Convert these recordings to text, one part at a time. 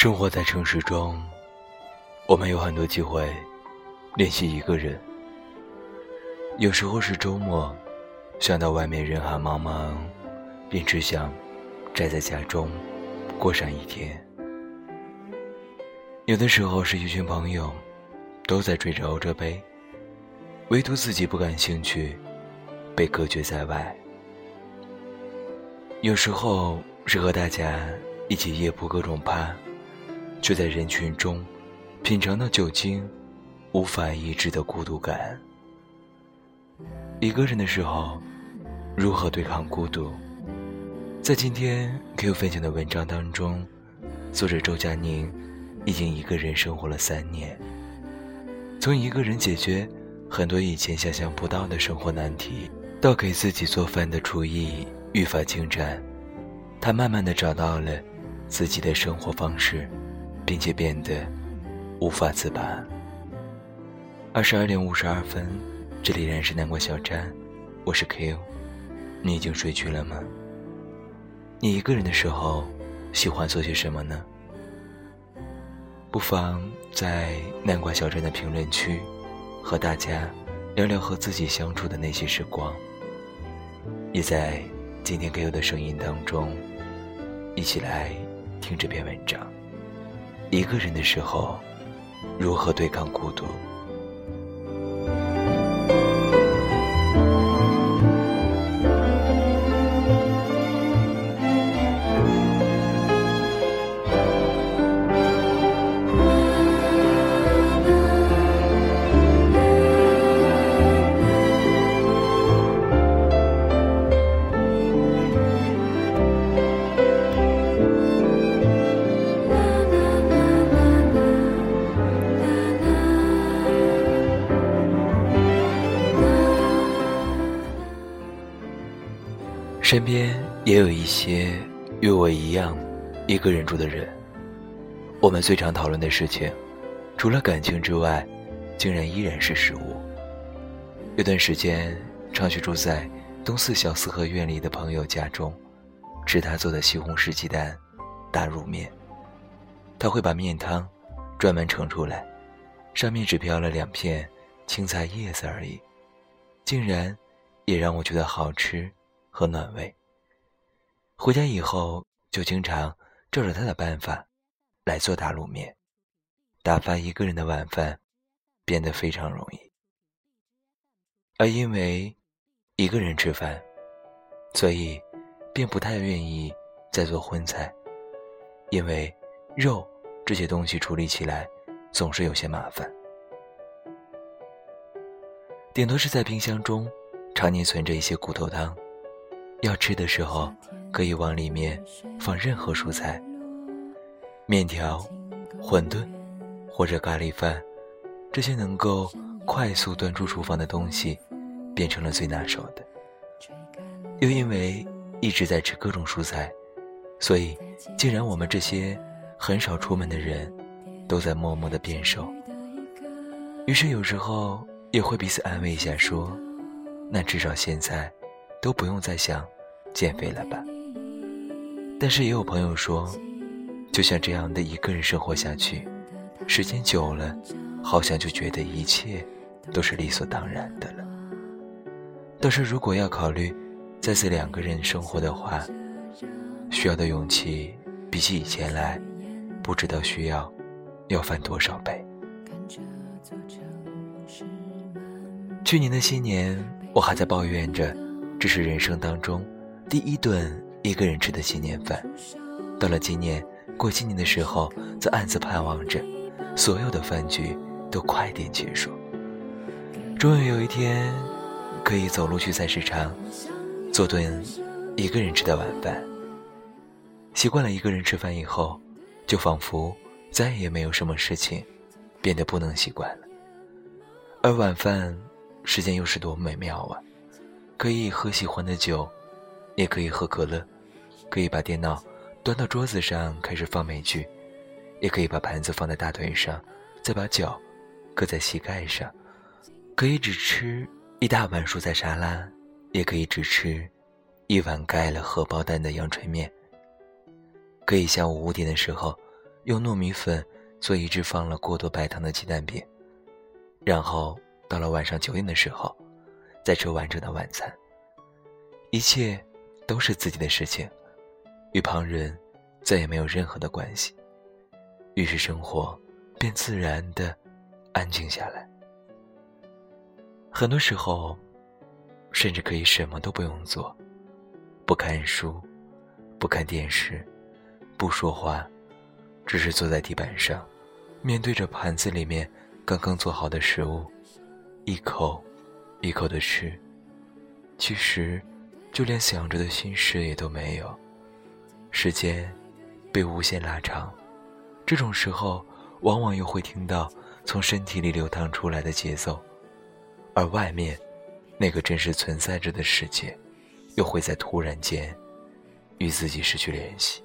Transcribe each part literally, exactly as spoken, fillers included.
生活在城市中，我们有很多机会练习一个人。有时候是周末，想到外面人海茫茫，便只想宅在家中过上一天。有的时候是一群朋友都在追着欧洲杯，唯独自己不感兴趣，被隔绝在外。有时候是和大家一起夜铺各种趴，却在人群中品尝到酒精无法抑制的孤独感。一个人的时候，如何对抗孤独？在今天 Q 分享的文章当中，作者周佳宁已经一个人生活了三年，从一个人解决很多以前想象不到的生活难题，到给自己做饭的厨艺愈发精湛，他慢慢地找到了自己的生活方式，并且变得无法自拔。二十二点五十二分，这里仍然是南国小站，我是 Q。 你已经睡去了吗？你一个人的时候喜欢做些什么呢？不妨在南瓜小站的评论区和大家聊聊和自己相处的那些时光，也在今天给我的声音当中一起来听这篇文章。一个人的时候，如何对抗孤独？身边也有一些与我一样一个人住的人，我们最常讨论的事情，除了感情之外，竟然依然是食物。有段时间常去住在东四小四合院里的朋友家中，吃他做的西红柿鸡蛋打卤面。他会把面汤专门盛出来，上面只飘了两片青菜叶子而已，竟然也让我觉得好吃和暖胃。回家以后就经常照着他的办法来做打卤面，打发一个人的晚饭变得非常容易。而因为一个人吃饭，所以便不太愿意再做荤菜，因为肉这些东西处理起来总是有些麻烦，顶多是在冰箱中常年存着一些骨头汤，要吃的时候可以往里面放任何蔬菜，面条、馄饨或者咖喱饭，这些能够快速端出厨房的东西变成了最拿手的。又因为一直在吃各种蔬菜，所以竟然我们这些很少出门的人都在默默地变瘦。于是有时候也会彼此安慰一下说，那至少现在都不用再想减肥了吧。但是也有朋友说，就像这样的一个人生活下去，时间久了，好像就觉得一切都是理所当然的了。但是如果要考虑再次两个人生活的话，需要的勇气比起以前来，不知道需要要翻多少倍。去年的新年，我还在抱怨着这是人生当中第一顿一个人吃的新年饭，到了今年过新年的时候，则暗自盼望着所有的饭局都快点结束，终于有一天可以走路去菜市场做顿一个人吃的晚饭。习惯了一个人吃饭以后，就仿佛再也没有什么事情变得不能习惯了。而晚饭时间又是多美妙啊，可以喝喜欢的酒，也可以喝可乐，可以把电脑端到桌子上开始放美剧，也可以把盘子放在大腿上，再把脚搁在膝盖上，可以只吃一大碗蔬菜沙拉，也可以只吃一碗盖了荷包蛋的阳春面，可以下午五点的时候用糯米粉做一只放了过多白糖的鸡蛋饼，然后到了晚上九点的时候再吃完整的晚餐。一切都是自己的事情，与旁人再也没有任何的关系，于是生活便自然地安静下来。很多时候甚至可以什么都不用做，不看书，不看电视，不说话，只是坐在地板上，面对着盘子里面刚刚做好的食物，一口一口的吃。其实就连想着的心事也都没有，时间被无限拉长，这种时候往往又会听到从身体里流淌出来的节奏，而外面那个真实存在着的世界又会在突然间与自己失去联系。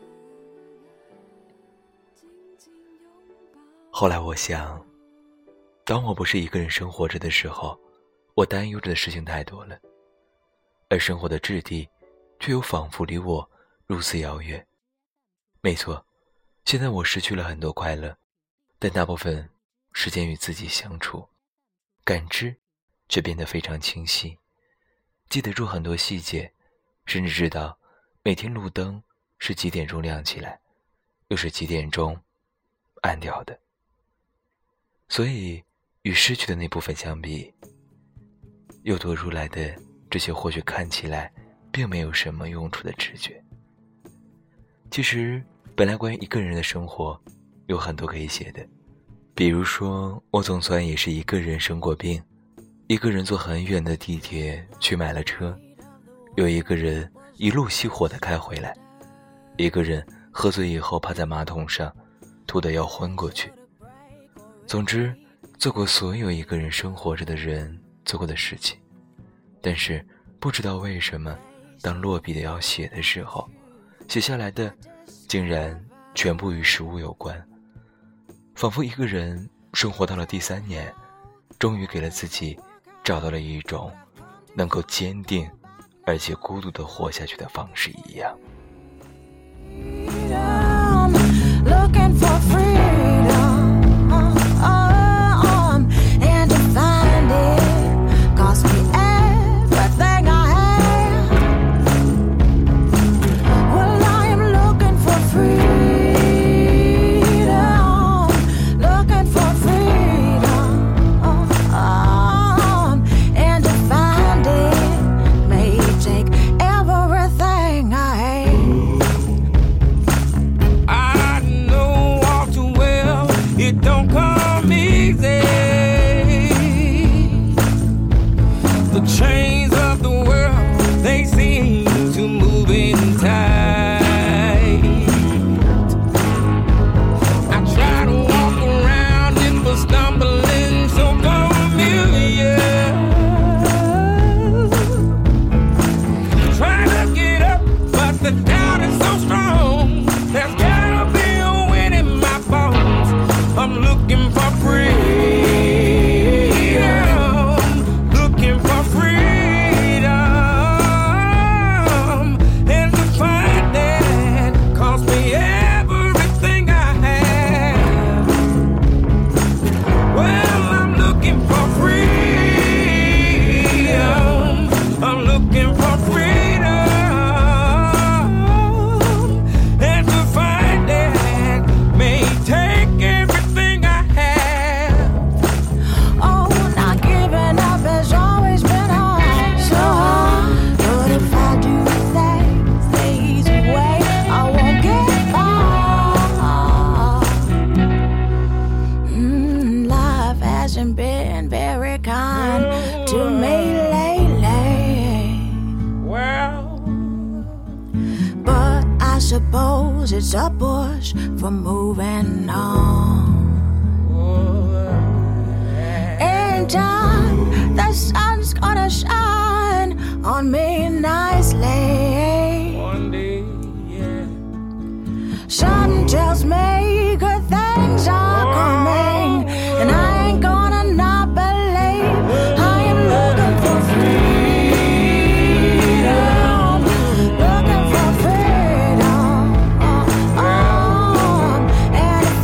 后来我想，当我不是一个人生活着的时候，我担忧着的事情太多了，而生活的质地却又仿佛离我如此遥远。没错，现在我失去了很多快乐，但大部分时间与自己相处，感知却变得非常清晰，记得住很多细节，甚至知道每天路灯是几点钟亮起来，又是几点钟暗掉的。所以与失去的那部分相比，又多出来的这些或许看起来并没有什么用处的直觉。其实本来关于一个人的生活有很多可以写的，比如说我总算也是一个人生过病，一个人坐很远的地铁去买了车，有一个人一路熄火的开回来，一个人喝醉以后趴在马桶上吐得要昏过去。总之做过所有一个人生活着的人做过的事情，但是不知道为什么当落笔的要写的时候，写下来的竟然全部与食物有关，仿佛一个人生活到了第三年，终于给了自己找到了一种能够坚定而且孤独地活下去的方式一样。 suppose it's a push for moving on. In time, the sun's gonna shine on me nicely. One day, yeah. Something tells me good things are coming, and I ain't gonna not believe. I am looking for freedom, looking for freedom, oh, oh, and to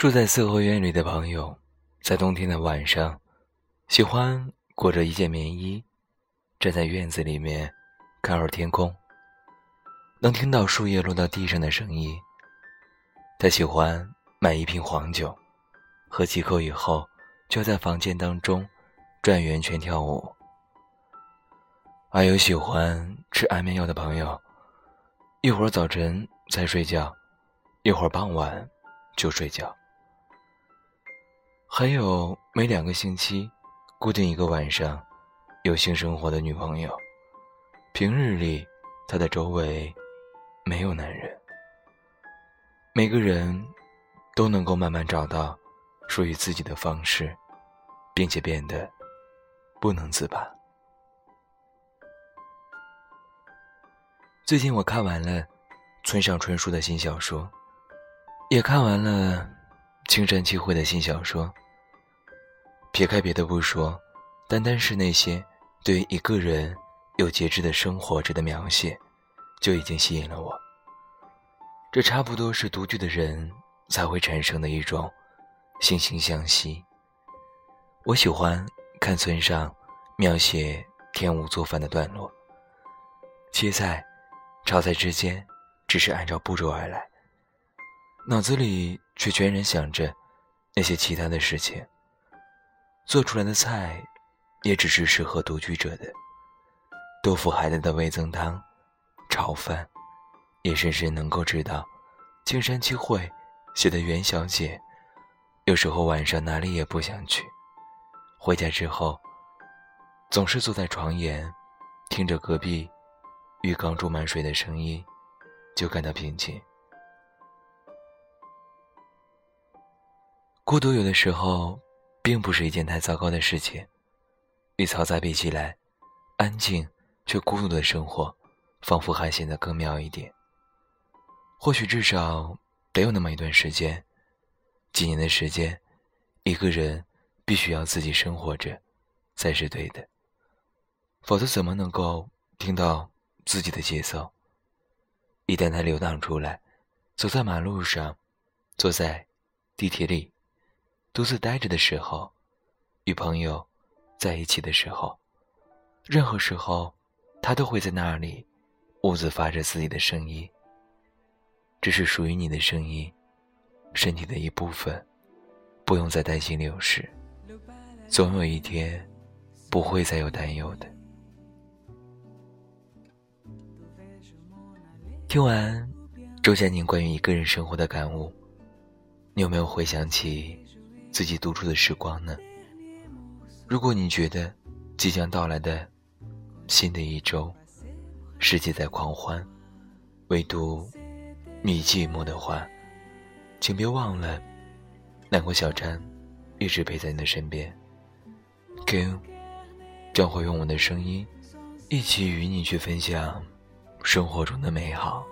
住在四合院里的朋友，在冬天的晚上，喜欢裹着一件棉衣，站在院子里面看会儿天空，能听到树叶落到地上的声音。他喜欢买一瓶黄酒，喝几口以后，就在房间当中转圆圈跳舞。还有喜欢吃安眠药的朋友，一会儿早晨才睡觉，一会儿傍晚就睡觉。还有每两个星期固定一个晚上有性生活的女朋友，平日里她的周围没有男人。每个人都能够慢慢找到属于自己的方式，并且变得不能自拔。最近我看完了村上春树的新小说，也看完了青山七惠的新小说。撇开别的不说，单单是那些对于一个人有节制的生活着的描写，就已经吸引了我。这差不多是独居的人才会产生的一种惺惺相惜。我喜欢看村上描写天无做饭的段落，切菜炒菜之间只是按照步骤而来，脑子里却全然想着那些其他的事情，做出来的菜也只是适合独居者的。豆腐海带的味增汤、炒饭，也深深能够知道青山七惠写的袁小姐有时候晚上哪里也不想去，回家之后总是坐在床沿，听着隔壁浴缸注满水的声音，就感到平静。孤独有的时候并不是一件太糟糕的事情，与嘈杂比起来，安静却孤独的生活仿佛还显得更妙一点。或许至少得有那么一段时间，几年的时间，一个人必须要自己生活着才是对的，否则怎么能够听到自己的节奏？一旦它流淌出来，走在马路上，坐在地铁里，独自待着的时候，与朋友在一起的时候，任何时候他都会在那里兀自发着自己的声音。这是属于你的声音，身体的一部分，不用再担心流逝，总有一天不会再有担忧的。听完周佳宁关于一个人生活的感悟，你有没有回想起自己独处的时光呢？如果你觉得即将到来的新的一周世界在狂欢，唯独你寂寞的话，请别忘了南国小站一直陪在你的身边。 Q 将会用我的声音一起与你去分享生活中的美好。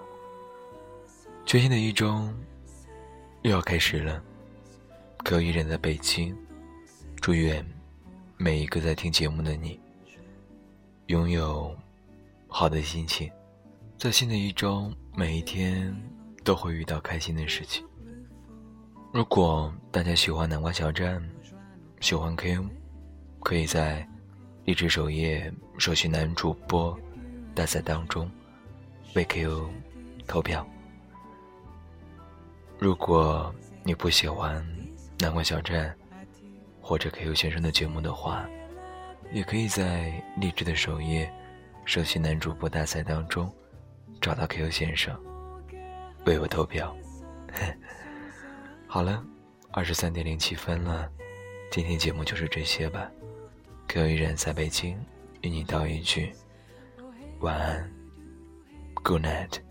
全新的一周又要开始了，可依然在北京，祝愿每一个在听节目的你拥有好的心情，在新的一周每一天都会遇到开心的事情。如果大家喜欢南瓜小站，喜欢 Q， 可以在励志首页首席男主播大赛当中为 Q 投票。如果你不喜欢南瓜小站或者 Q 先生的节目的话，也可以在励志的首页首席男主播大赛当中找到 Q 先生为我投票。好了，二十三点零七分了，今天节目就是这些吧。Q 依然在北京，与你道一句晚安 ，Good night。